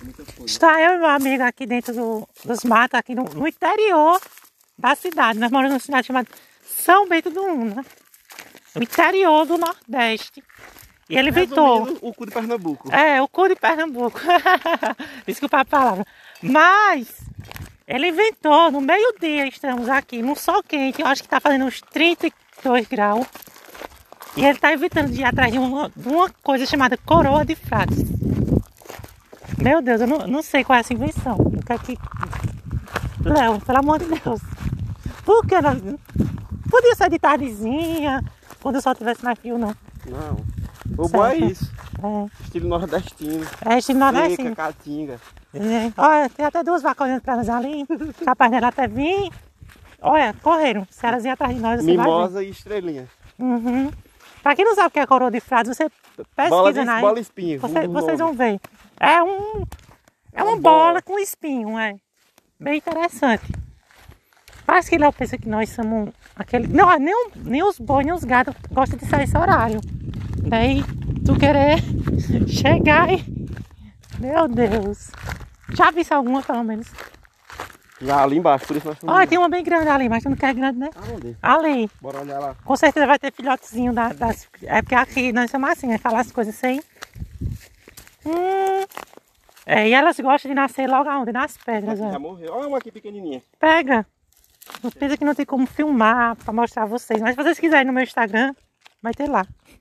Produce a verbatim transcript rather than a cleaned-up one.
Está eu e meu amigo aqui dentro do, dos matos, aqui no, no interior da cidade. Nós moramos numa cidade chamada São Bento do Una, no interior do Nordeste. E ele inventou... o cu de Pernambuco. É, o cu de Pernambuco. Desculpa a palavra. Mas ele inventou, no meio-dia estamos aqui, num sol quente, eu acho que está fazendo uns trinta e dois graus. E ele está inventando de ir atrás de uma, de uma coisa chamada coroa de frades. Meu Deus, eu não, não sei qual é essa invenção. O que é que... Léo, pelo amor de Deus. Por que não... Podia ser de tardezinha, quando o sol estivesse mais frio, não. Não. O bom é isso. É. Estilo nordestino. É, estilo nordestino. Seca, caatinga. É. Olha, tem até duas vacas olhando pra nós ali. Capaz dela até vir. Olha, correram. Se elas iam atrás de nós, você Mimosa vai ver. E estrelinha. Uhum. Pra quem não sabe o que é coroa de frades, você pesquisa, bola de, né? Bola espinho. Você, vocês vão ver. É um... É uma, uma bola, bola com espinho, é. Bem interessante. Parece que Léo pensa que nós somos aquele... Não, nem, nem os bois, nem os gatos gostam de sair esse horário. Daí, tu querer chegar e... Meu Deus. Já viste alguma, pelo menos? Já ali embaixo, por isso nós estamos... Olha, tem uma bem grande ali, mas tu não quer grande, né? Aonde? Ali. Bora olhar lá. Com certeza vai ter filhotezinho da, das... É porque aqui nós somos assim, né? Falar as coisas sem... Hum... É, e elas gostam de nascer logo aonde? Nas pedras, Já ó. morreu. Olha uma aqui pequenininha. Pega. Não pensa que não tem como filmar pra mostrar a vocês. Mas se vocês quiserem no meu Instagram, vai ter lá.